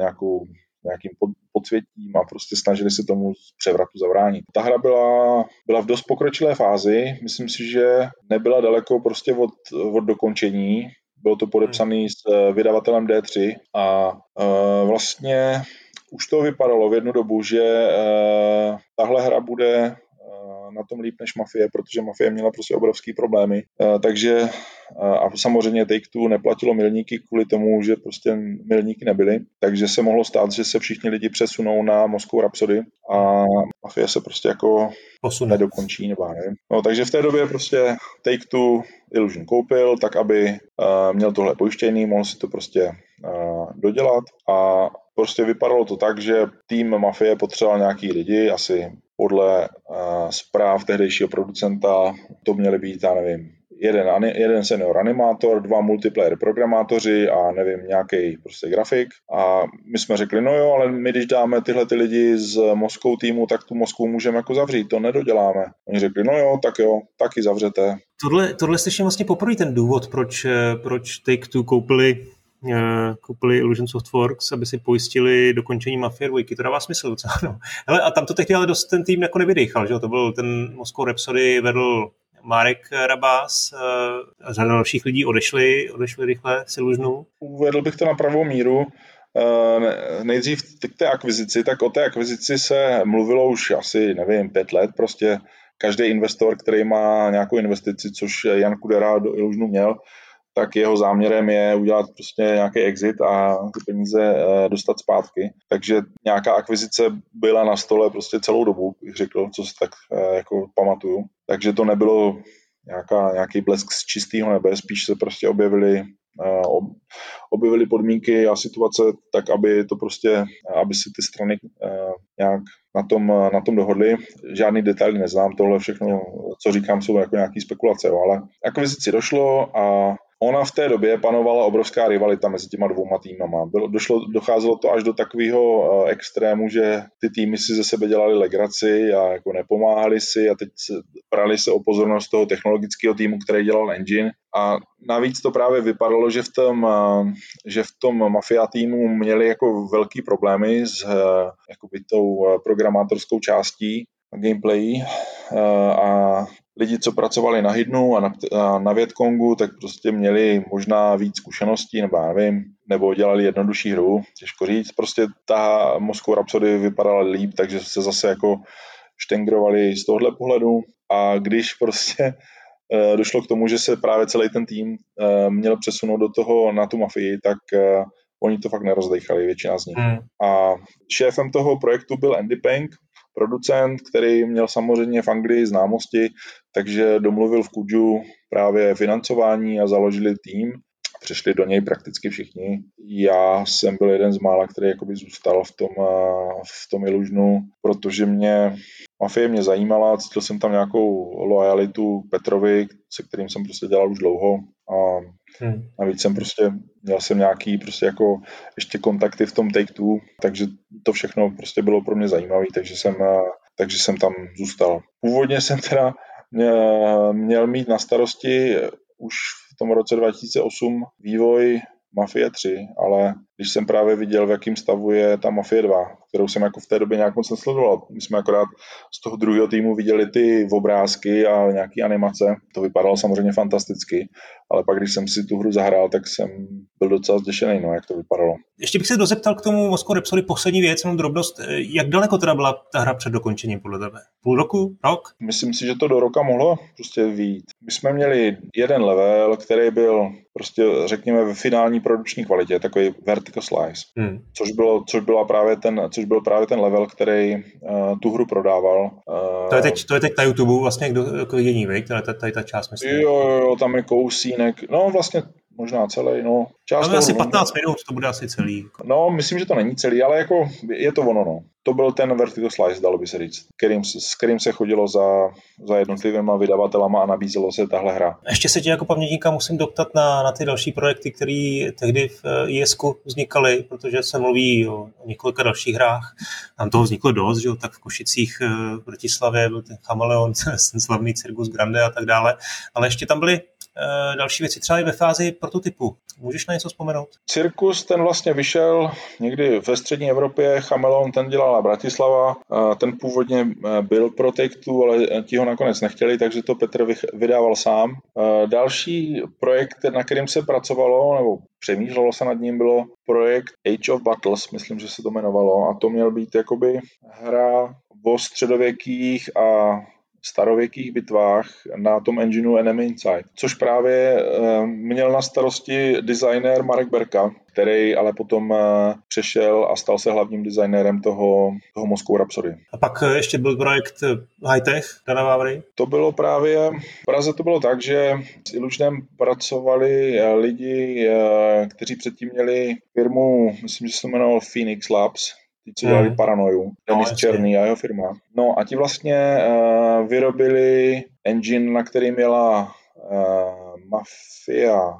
nějakým podsvětím a prostě snažili se tomu převratu zabránit. Ta hra byla v dost pokročilé fázi, myslím si, že nebyla daleko prostě od dokončení. Bylo to podepsané s vydavatelem D3 a vlastně už to vypadalo v jednu dobu, že tahle hra bude na tom líp než Mafie, protože Mafie měla prostě obrovský problémy. Takže a samozřejmě Take-Two neplatilo milníky kvůli tomu, že prostě milníky nebyly, takže se mohlo stát, že se všichni lidi přesunou na Moscow Rhapsody a Mafie se prostě jako nedokončí, nebo nevím. No, takže v té době prostě Take-Two Illusion koupil, tak aby měl tohle pojištění, mohl si to prostě dodělat a prostě vypadalo to tak, že tým Mafie potřeboval nějaký lidi, asi podle zpráv tehdejšího producenta to měly být, já nevím, jeden senior animátor, 2 multiplayer programátoři a nevím, nějaký prostě grafik. A my jsme řekli, no jo, ale my když dáme tyhle ty lidi z Moskvou týmu, tak tu Moskvu můžeme jako zavřít, to nedoděláme. Oni řekli, no jo, taky zavřete. Tohle slyším vlastně poprvé ten důvod, proč Take-Two koupili Illusion Softworks, aby si pojistili dokončení Mafie 2. To dává smysl docela, no. Hele, a tam to tehdy ale dost ten tým jako nevydechal, že jo? To byl ten Moscow Rhapsody, vedl Marek Rabás, řada dalších lidí odešli rychle z Illusionu. Uvedl bych to na pravou míru. Nejdřív k té akvizici, tak o té akvizici se mluvilo už asi, nevím, 5 let, prostě každý investor, který má nějakou investici, což Jan Kudera do Illusionu měl, tak jeho záměrem je udělat prostě nějaký exit a ty peníze dostat zpátky. Takže nějaká akvizice byla na stole prostě celou dobu, bych řekl, co si tak jako pamatuju. Takže to nebylo nějaký blesk z čistého nebe, spíš se prostě objevily podmínky a situace tak, aby si ty strany nějak na tom dohodly. Žádný detaily neznám, tohle všechno, co říkám, jsou jako nějaký spekulace, ale akvizici došlo a ona v té době panovala obrovská rivalita mezi těma 2 týmama. Docházelo to až do takového extrému, že ty týmy si ze sebe dělali legraci a jako nepomáhali si a teď brali se o pozornost toho technologického týmu, který dělal engine. A navíc to právě vypadalo, že v tom Mafia týmu měli jako velký problémy s jakoby tou programátorskou částí gameplay a lidi, co pracovali na Hidnu a na Vietcongu, tak prostě měli možná víc zkušeností, nebo já nevím, nebo dělali jednodušší hru, těžko říct. Prostě ta Moscow Rhapsody vypadala líp, takže se zase jako štengrovali z tohohle pohledu a když prostě došlo k tomu, že se právě celý ten tým měl přesunout do toho na tu Mafii, tak oni to fakt nerozdejchali, většina z nich. A šéfem toho projektu byl Andy Peng, producent, který měl samozřejmě v Anglii známosti, takže domluvil v Kudžu právě financování a založili tým. Přišli do něj prakticky všichni. Já jsem byl jeden z mála, který jakoby zůstal v tom Illusionu, protože Mafie mě zajímala, cítil jsem tam nějakou lojalitu Petrovi, se kterým jsem prostě dělal už dlouho. A navíc měl jsem nějaký prostě jako ještě kontakty v tom Take-Two, takže to všechno prostě bylo pro mě zajímavé, takže jsem tam zůstal. Původně jsem teda měl mít na starosti už v tom roce 2008 vývoj Mafie 3, ale když jsem právě viděl, v jakém stavu je ta Mafie 2, kterou jsem jako v té době nějak moc nesledoval. My jsme akorát z toho druhého týmu viděli ty obrázky a nějaký animace. To vypadalo samozřejmě fantasticky, ale pak, když jsem si tu hru zahrál, tak jsem byl docela zděšený, jak to vypadalo. Ještě bych se dozeptal k tomu Moscow Rhapsody poslední věc, jenom drobnost. Jak daleko teda byla ta hra před dokončením podle tebe? Půl roku? Rok? Myslím si, že to do roka mohlo prostě vyjít. My jsme měli jeden level, který byl prostě, řekněme, ve finální produkční kvalitě, takový vertical slice, což byl právě ten level, který tu hru prodával. To je teď na YouTube vlastně k vidění, tady ta část, myslím. Jo, tam je kousínek. No vlastně možná celý, no. Ale asi 15 minut, to bude asi celý. No, myslím, že to není celý, ale jako je to ono, no. To byl ten vertical slice, dalo by se říct, s kterým se chodilo za jednotlivými vydavatelama a nabízelo se tahle hra. Ještě se tě jako pamětníka musím doptat na ty další projekty, které tehdy v ISku vznikaly, protože se mluví o několika dalších hrách. Tam toho vzniklo dost, že jo, tak v Košicích v Bratislavě byl ten Chameleon, ten slavný Circus Grande a tak dále, ale ještě tam byly další věci třeba i ve fázi prototypu. Můžeš na něco vzpomenout? Cirkus, ten vlastně vyšel někdy ve střední Evropě, Chameleon ten dělala Bratislava, ten původně byl pro Take-Two, ale ti ho nakonec nechtěli, takže to Petr vydával sám. Další projekt, na kterým se pracovalo, nebo přemýšlelo se nad ním, bylo projekt Age of Battles, myslím, že se to jmenovalo, a to měl být jakoby hra o středověkých a starověkých bitvách na tom engineu Enemy Inside, což právě měl na starosti designér Marek Berka, který ale potom přešel a stal se hlavním designérem toho Moscow Rhapsody. A pak ještě byl projekt Hightech, Dana Vávry? To bylo právě, v Praze to bylo tak, že s Illusionem pracovali lidi, kteří předtím měli firmu, myslím, že se jmenoval Phoenix Labs, ti, co dělali Paranoju, Denis Černý a jeho firma. No a ti vlastně vyrobili engine, na který měla Mafia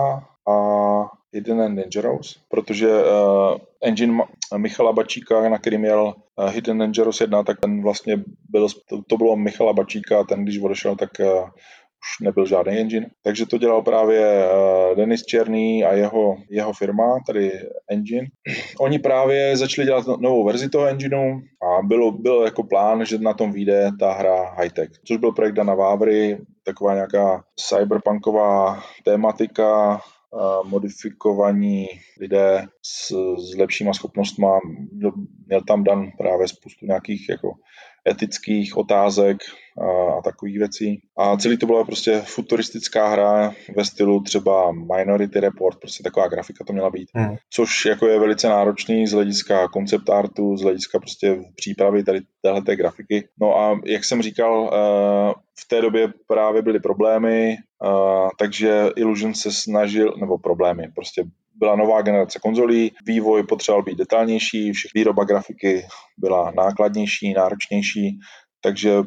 a Hidden and Dangerous, protože engine Michala Bačíka, na který měl Hidden and Dangerous 1, tak ten vlastně to bylo Michala Bačíka, ten když odešel, tak už nebyl žádný engine. Takže to dělal právě Denis Černý a jeho firma, tady engine. Oni právě začali dělat novou verzi toho engineu a byl jako plán, že na tom vyjde ta hra Hightech, což byl projekt Dana Vávry, taková nějaká cyberpunková tématika, modifikovaní lidé s lepšíma schopnostma. Měl tam Dan právě spoustu nějakých jako etických otázek a takových věcí. A celý to byla prostě futuristická hra ve stylu třeba Minority Report, prostě taková grafika to měla být. Což jako je velice náročný z hlediska concept artu, z hlediska prostě přípravy tady téhleté grafiky. No a jak jsem říkal, v té době právě byly problémy, takže Illusion se snažil, nebo problémy, prostě byla nová generace konzolí, vývoj potřeboval být detailnější, výroba grafiky byla nákladnější, náročnější, takže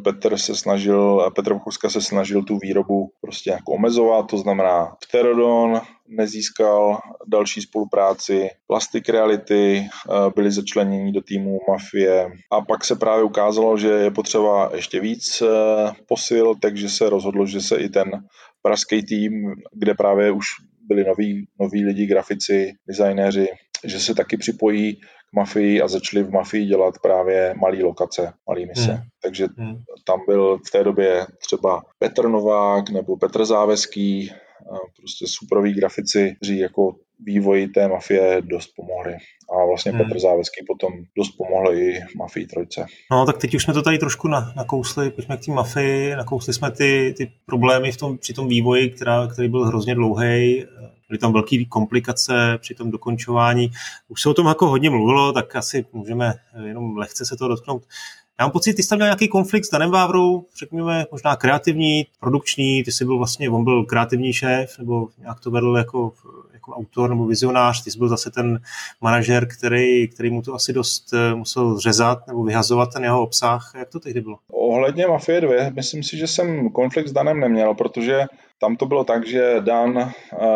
Petr Vochoska se snažil tu výrobu prostě nějak omezovat, to znamená Pterodon nezískal další spolupráci, Plastic Reality byli začleněni do týmu Mafie a pak se právě ukázalo, že je potřeba ještě víc posil, takže se rozhodlo, že se i ten pražský tým, kde právě už byli noví lidi, grafici, designéři, že se taky připojí k Mafii a začali v Mafii dělat právě malé lokace, malé mise. Takže tam byl v té době třeba Petr Novák nebo Petr Záveský, prostě superoví grafici, kteří jako vývoji té Mafie dost pomohli. A vlastně Petr Záveský potom dost pomohl i Mafii 3. No tak teď už jsme to tady trošku nakousli, pojďme k té Mafii, nakousli jsme ty problémy při tom vývoji, který byl hrozně dlouhý. Byly tam velké komplikace při tom dokončování. Už se o tom jako hodně mluvilo, tak asi můžeme jenom lehce se toho dotknout. Já mám pocit, ty jsi tam měl nějaký konflikt s Danem Vávrou, řekněme možná kreativní, produkční, on byl kreativní šéf, nebo nějak to vedl jako autor nebo vizionář, ty jsi byl zase ten manažer, který mu to asi dost musel řezat nebo vyhazovat ten jeho obsah. Jak to tehdy bylo? Ohledně Mafie 2, myslím si, že jsem konflikt s Danem neměl, protože tam to bylo tak, že Dan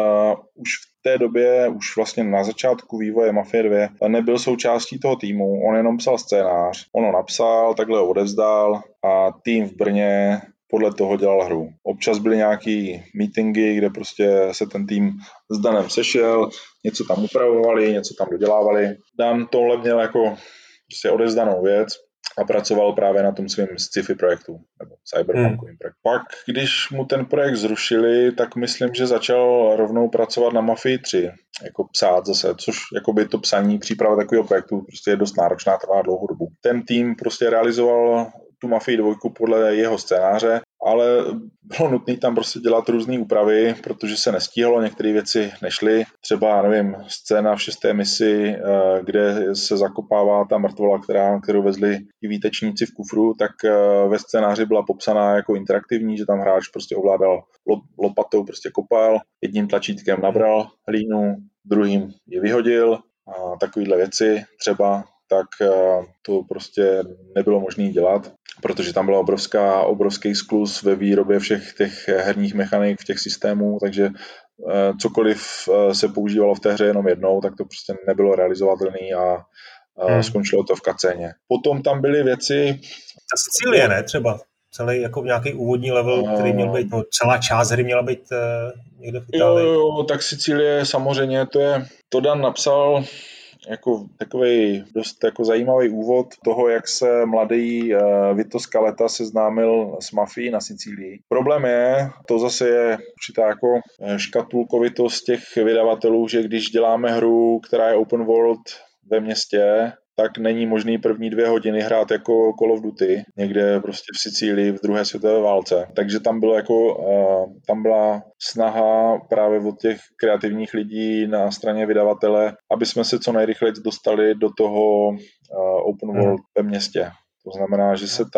už v té době, už vlastně na začátku vývoje Mafie 2, nebyl součástí toho týmu, on jenom psal scénář, on ho napsal, takhle ho odevzdal a tým v Brně podle toho dělal hru. Občas byly nějaký meetingy, kde prostě se ten tým s Danem sešel, něco tam upravovali, něco tam dodělávali. Dan tohle měl jako prostě odevzdanou věc a pracoval právě na tom svým sci-fi projektu, nebo cyberpunkovým projektu. Pak, když mu ten projekt zrušili, tak myslím, že začal rovnou pracovat na Mafii 3, jako psát zase, což jakoby to psaní, příprava takového projektu prostě je dost náročná, trvá dlouhou dobu. Ten tým prostě realizoval tu Mafii 2 podle jeho scénáře ale bylo nutné tam prostě dělat různé úpravy, protože se nestíhalo, některé věci nešly. Třeba, nevím, scéna v 6. misi, kde se zakopává ta mrtvola, kterou vezli i výtečníci v kufru, tak ve scénáři byla popsaná jako interaktivní, že tam hráč prostě ovládal lopatou, prostě kopal, jedním tlačítkem nabral hlínu, druhým ji vyhodil a takovéhle věci třeba, tak to prostě nebylo možné dělat, protože tam byla obrovský skluz ve výrobě všech těch herních mechanik, v těch systémů, takže cokoliv se používalo v té hře jenom jednou, tak to prostě nebylo realizovatelné a skončilo to v kacéně. Potom tam byly věci... Ta Sicílie, ne? Třeba celý jako nějaký úvodní level, který měl být, no, celá část hry měla být někde v Itálii. Jo, tak Sicílie samozřejmě, to Dan napsal jako takový dost jako zajímavý úvod toho, jak se mladý Vito Scaletta seznámil s mafií na Sicílii. Problém je, to zase je určitá jako škatulkovitost těch vydavatelů, že když děláme hru, která je open world ve městě, tak není možný první 2 hodiny hrát jako Call of Duty, někde prostě v Sicílii v druhé světové válce. Takže tam byla snaha právě od těch kreativních lidí na straně vydavatele, aby jsme se co nejrychleji dostali do toho open world ve městě. To znamená, že se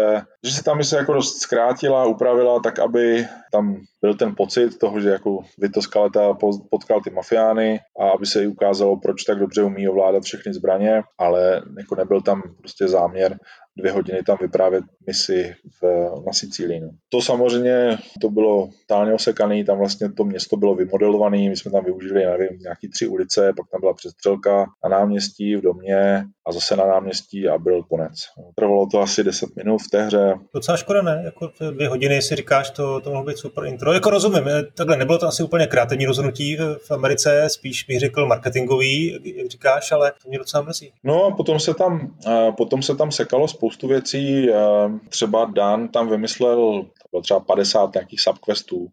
ta mise jako dost zkrátila, upravila tak, aby tam byl ten pocit toho, že jako Vito Scaletta potkal ty mafiány a aby se jí ukázalo, proč tak dobře umí ovládat všechny zbraně, ale jako nebyl tam prostě záměr 2 hodiny tam vyprávět misi na Sicílii. No. To samozřejmě to bylo tálně osekané, tam vlastně to město bylo vymodelované, my jsme tam využili, nevím, nějaký 3 ulice, pak tam byla přestřelka na náměstí, v domě a zase na náměstí a byl konec. Trvalo to asi 10 minut v té hře. Docela škoda, ne? Jako 2 hodiny si říkáš, to mohlo být super intro. Jako rozumím, takhle nebylo to asi úplně kreativní rozhodnutí v Americe, spíš bych řekl marketingový, jak říkáš, ale to mě docela mrzí. No, potom se tam sekalo spoustu věcí, třeba Dan tam vymyslel třeba 50 nějakých subquestů,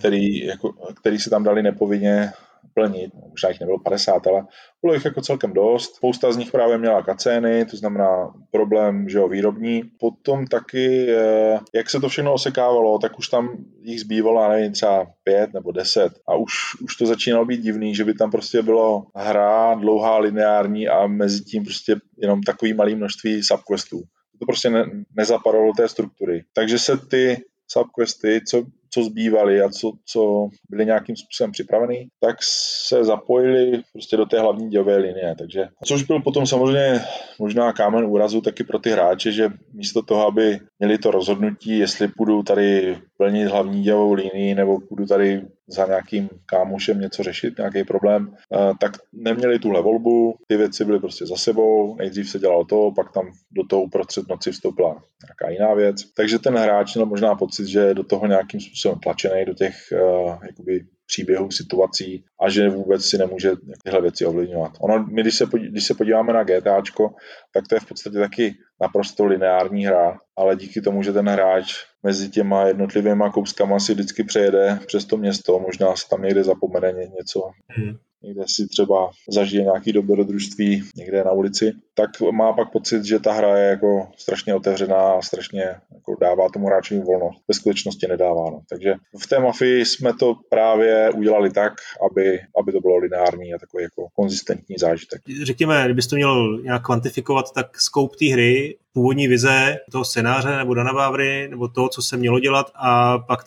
který se tam dali nepovinně plnit, možná jich nebylo 50, ale bylo jich jako celkem dost. Spousta z nich právě měla kacény, to znamená problém, že jo, výrobní. Potom taky, jak se to všechno osekávalo, tak už tam jich zbývalo, nevím, třeba 5 nebo 10 a už to začínalo být divný, že by tam prostě bylo hra dlouhá, lineární a mezi tím prostě jenom takový malý množství subquestů. To prostě nezapadalo do té struktury. Takže se ty subquesty, co zbývaly a co byly nějakým způsobem připravený, tak se zapojili prostě do té hlavní dějové linie. Takže, což byl potom samozřejmě možná kámen úrazu taky pro ty hráče, že místo toho, aby měli to rozhodnutí, jestli půjdu tady plnit hlavní dějovou linii nebo půjdu tady za nějakým kámošem něco řešit, nějaký problém, tak neměli tuhle volbu, ty věci byly prostě za sebou, nejdřív se dělalo to, pak tam do toho uprostřed noci vstoupila nějaká jiná věc. Takže ten hráč měl možná pocit, že je do toho nějakým způsobem tlačený, do těch jakoby příběhů, situací a že vůbec si nemůže tyhle věci ovlivňovat. My, když se podíváme na GTAčko, tak to je v podstatě taky naprosto lineární hra, ale díky tomu, že ten hráč mezi těma jednotlivýma kouskama si vždycky přejede přes to město, možná se tam někde zapomene něco, někde si třeba zažije nějaký dobrodružství někde na ulici, tak má pak pocit, že ta hra je jako strašně otevřená a strašně jako dává tomu hráčovi volnost. Ve skutečnosti nedává. No. Takže v té Mafii jsme to právě udělali tak, aby to bylo lineární a takový jako konzistentní zážitek. Řekněme, kdybys to měl nějak kvantifikovat, tak scope té hry, původní vize toho scénáře nebo Dana Vávry, nebo toho, co se mělo dělat a pak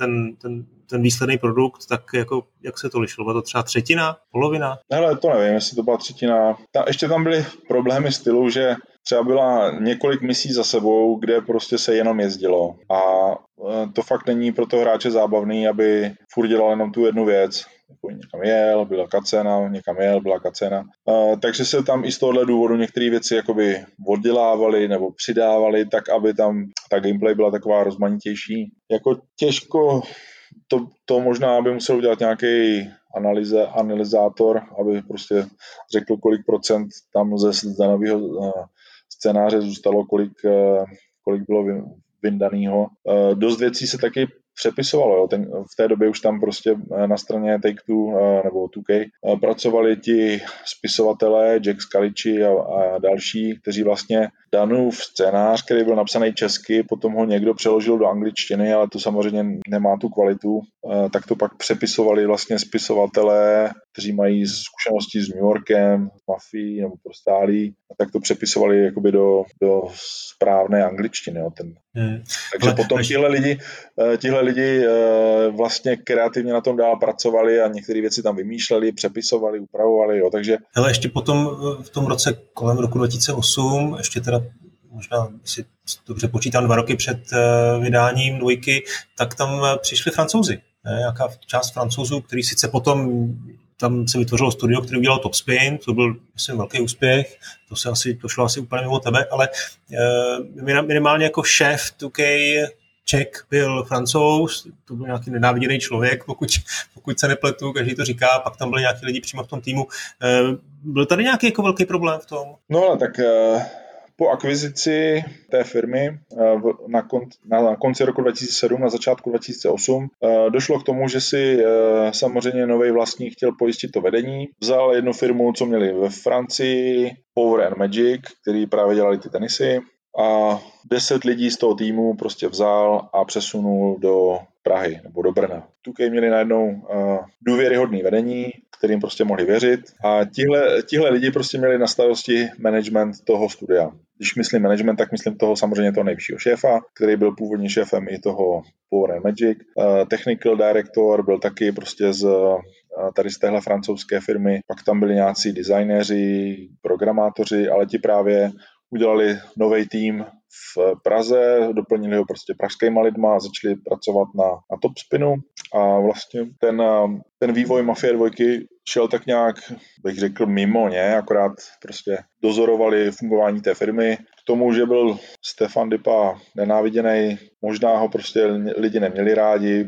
ten výsledný produkt, tak jako, jak se to lišilo? Byla to třeba třetina, polovina? Hele, to nevím, jestli to byla třetina. Ještě tam byly problémy stylu, že třeba byla několik misí za sebou, kde prostě se jenom jezdilo. A to fakt není pro toho hráče zábavný, aby furt dělal jenom tu jednu věc. Někam jel, byla kacena, někam jel, byla kacena. Takže se tam i z tohohle důvodu některé věci jakoby oddělávaly nebo přidávaly, tak aby tam ta gameplay byla taková rozmanitější. Jako těžko to možná by musel udělat nějaký analyzátor, aby prostě řekl, kolik procent tam ze daného scénáře zůstalo, kolik bylo vyndanýho. Dost věcí se taky přepisovalo. Jo. V té době už tam prostě na straně Take-Two nebo 2K pracovali ti spisovatelé Jack Scalici a další, kteří vlastně Danův scénář, který byl napsaný česky, potom ho někdo přeložil do angličtiny, ale to samozřejmě nemá tu kvalitu, tak to pak přepisovali vlastně spisovatelé, kteří mají zkušenosti s New Yorkem, Mafií nebo Prostálí, a tak to přepisovali jakoby do správné angličtiny. Jo, Takže potom tihle lidi vlastně kreativně na tom dál pracovali a některé věci tam vymýšleli, přepisovali, upravovali. Jo, takže... Hele, ještě potom v tom roce kolem roku 2008, ještě teda možná si dobře počítám 2 roky před vydáním 2, tak tam přišli Francouzi. Nějaká část Francouzů, který sice potom tam se vytvořilo studio, který udělal Topspin, to byl, myslím, velký úspěch, to šlo asi úplně mimo tebe, ale minimálně jako šéf 2K Czech byl Francouz, to byl nějaký nenáviděný člověk, pokud se nepletu, každý to říká, pak tam byli nějaký lidi přímo v tom týmu. Byl tady nějaký jako velký problém v tom? No ale tak po akvizici té firmy na konci roku 2007, na začátku 2008, došlo k tomu, že si samozřejmě nový vlastník chtěl pojistit to vedení. Vzal jednu firmu, co měli ve Francii, Power and Magic, který právě dělali ty tenisy, a 10 lidí z toho týmu prostě vzal a přesunul do Prahy nebo do Brna. Tukej měli najednou důvěryhodný vedení, kterým prostě mohli věřit, a tihle lidi prostě měli na starosti management toho studia. Když myslím management, tak myslím samozřejmě toho nejvyššího šéfa, který byl původně šéfem i toho Power and Magic. Technical director byl taky prostě tady z téhle francouzské firmy. Pak tam byli nějací designéři, programátoři, ale ti právě udělali nový tým v Praze, doplnili ho prostě pražskýma lidma a začali pracovat na Topspinu, a vlastně ten vývoj Mafie 2 šel tak nějak, bych řekl, mimo ně, akorát prostě dozorovali fungování té firmy. K tomu, že byl Stefan Dipa nenáviděnej, možná ho prostě lidi neměli rádi,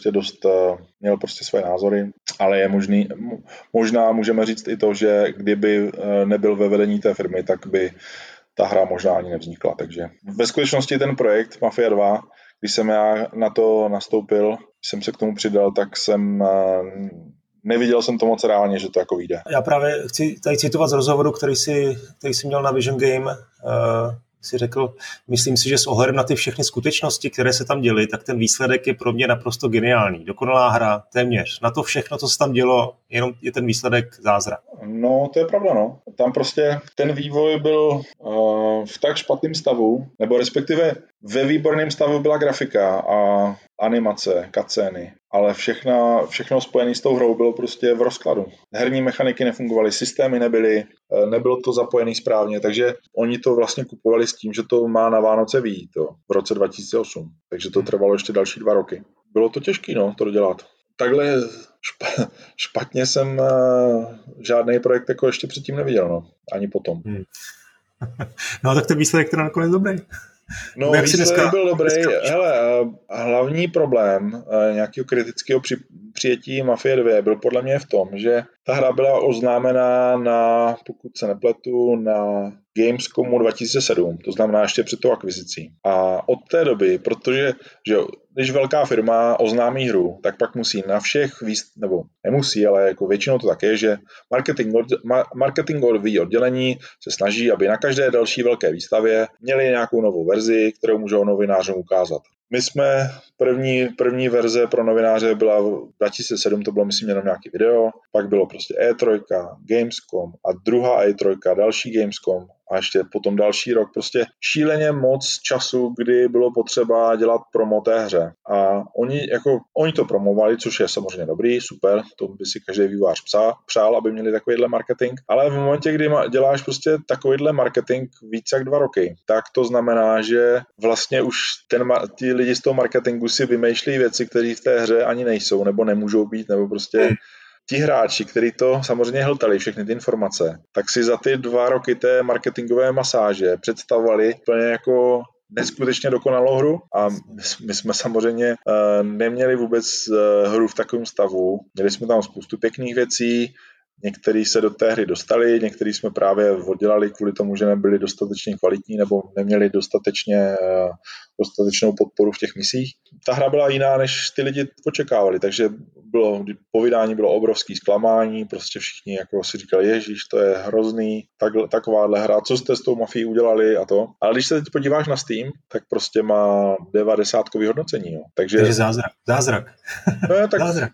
měl prostě své názory, ale je možná můžeme říct i to, že kdyby nebyl ve vedení té firmy, tak by ta hra možná ani nevznikla. Takže ve skutečnosti ten projekt Mafia 2, když jsem já na to nastoupil, když jsem se k tomu přidal, tak neviděl jsem to moc reálně, že to jako vyjde. Já právě chci tady citovat z rozhovoru, který jsi měl na Vision Game. Si řekl, myslím si, že s ohledem na ty všechny skutečnosti, které se tam děly, tak ten výsledek je pro mě naprosto geniální. Dokonalá hra, téměř. Na to všechno, co se tam dělo, jenom je ten výsledek zázrak. No, to je pravda, no. Tam prostě ten vývoj byl v tak špatném stavu, nebo respektive ve výborném stavu byla grafika a animace, cutscény, ale všechno spojené s tou hrou bylo prostě v rozkladu. Herní mechaniky nefungovaly, systémy nebylo to zapojené správně, takže oni to vlastně kupovali s tím, že to má na Vánoce vyjít v roce 2008. Takže to trvalo ještě další 2 roky. Bylo to těžké, no, to dodělat. Takhle špatně jsem žádný projekt jako ještě předtím neviděl, no, ani potom. No, tak ten výsledek teda nakonec dobrý. No, výsledek byl dobrý. Hele, hlavní problém nějakého kritického přijetí Mafie 2 byl podle mě v tom, že ta hra byla oznámená pokud se nepletu, na Gamescomu 2007, to znamená ještě před tou akvizicí. A od té doby, protože že když velká firma oznámí hru, tak pak musí na všech nebo nemusí, ale jako většinou to tak je, že marketingové oddělení se snaží, aby na každé další velké výstavě měli nějakou novou verzi, kterou můžou novinářům ukázat. My jsme první verze pro novináře byla v 2007, to bylo myslím jenom nějaký video, pak bylo prostě E3, Gamescom a druhá E3, další Gamescom a ještě potom další rok. Prostě šíleně moc času, kdy bylo potřeba dělat promo té hře. A oni to promovali, což je samozřejmě dobrý, super, to by si každý vývojář přál, aby měli takovýhle marketing. Ale v momentě, kdy děláš prostě takovýhle marketing víc jak 2 roky, tak to znamená, že vlastně už ti lidi z toho marketingu si vymýšlí věci, které v té hře ani nejsou, nebo nemůžou být, nebo prostě ti hráči, kteří to samozřejmě hltali všechny ty informace, tak si za ty 2 roky té marketingové masáže představovali plně jako neskutečně dokonalou hru a my jsme samozřejmě neměli vůbec hru v takovém stavu. Měli jsme tam spoustu pěkných věcí, Někteří se do té hry dostali, někteří jsme právě oddělali kvůli tomu, že nebyli dostatečně kvalitní nebo neměli dostatečnou podporu v těch misích. Ta hra byla jiná, než ty lidi očekávali, takže po vydání bylo obrovský zklamání, prostě všichni jako si říkali, ježiš, to je hrozný, takováhle hra, co jste s tou mafií udělali a to. Ale když se teď podíváš na Steam, tak prostě má 90kový hodnocení. Jo. Takže zázrak. No je, tak zázrak.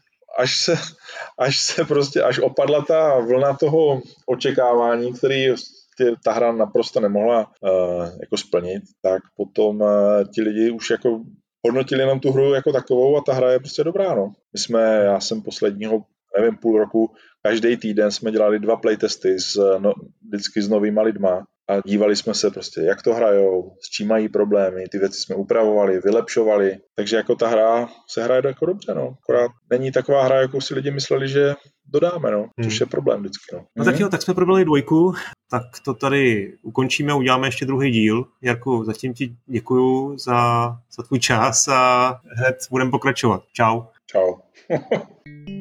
Až opadla ta vlna toho očekávání, který ta hra naprosto nemohla jako splnit, tak potom ti lidi už jako hodnotili jenom tu hru jako takovou a ta hra je prostě dobrá, no. Já jsem posledního, půl roku, každý týden jsme dělali 2 playtesty vždycky s novýma lidma a dívali jsme se prostě, jak to hrajou, s čím mají problémy, ty věci jsme upravovali, vylepšovali, takže jako ta hra se hraje jako dobře, no. Akorát není taková hra, jakou si lidi mysleli, že dodáme, no, což je problém vždycky, no. No tak jo, tak jsme probrali 2, tak to tady ukončíme, uděláme ještě druhý díl. Jarku, zatím ti děkuju za tvůj čas a hned budeme pokračovat. Čau. Čau.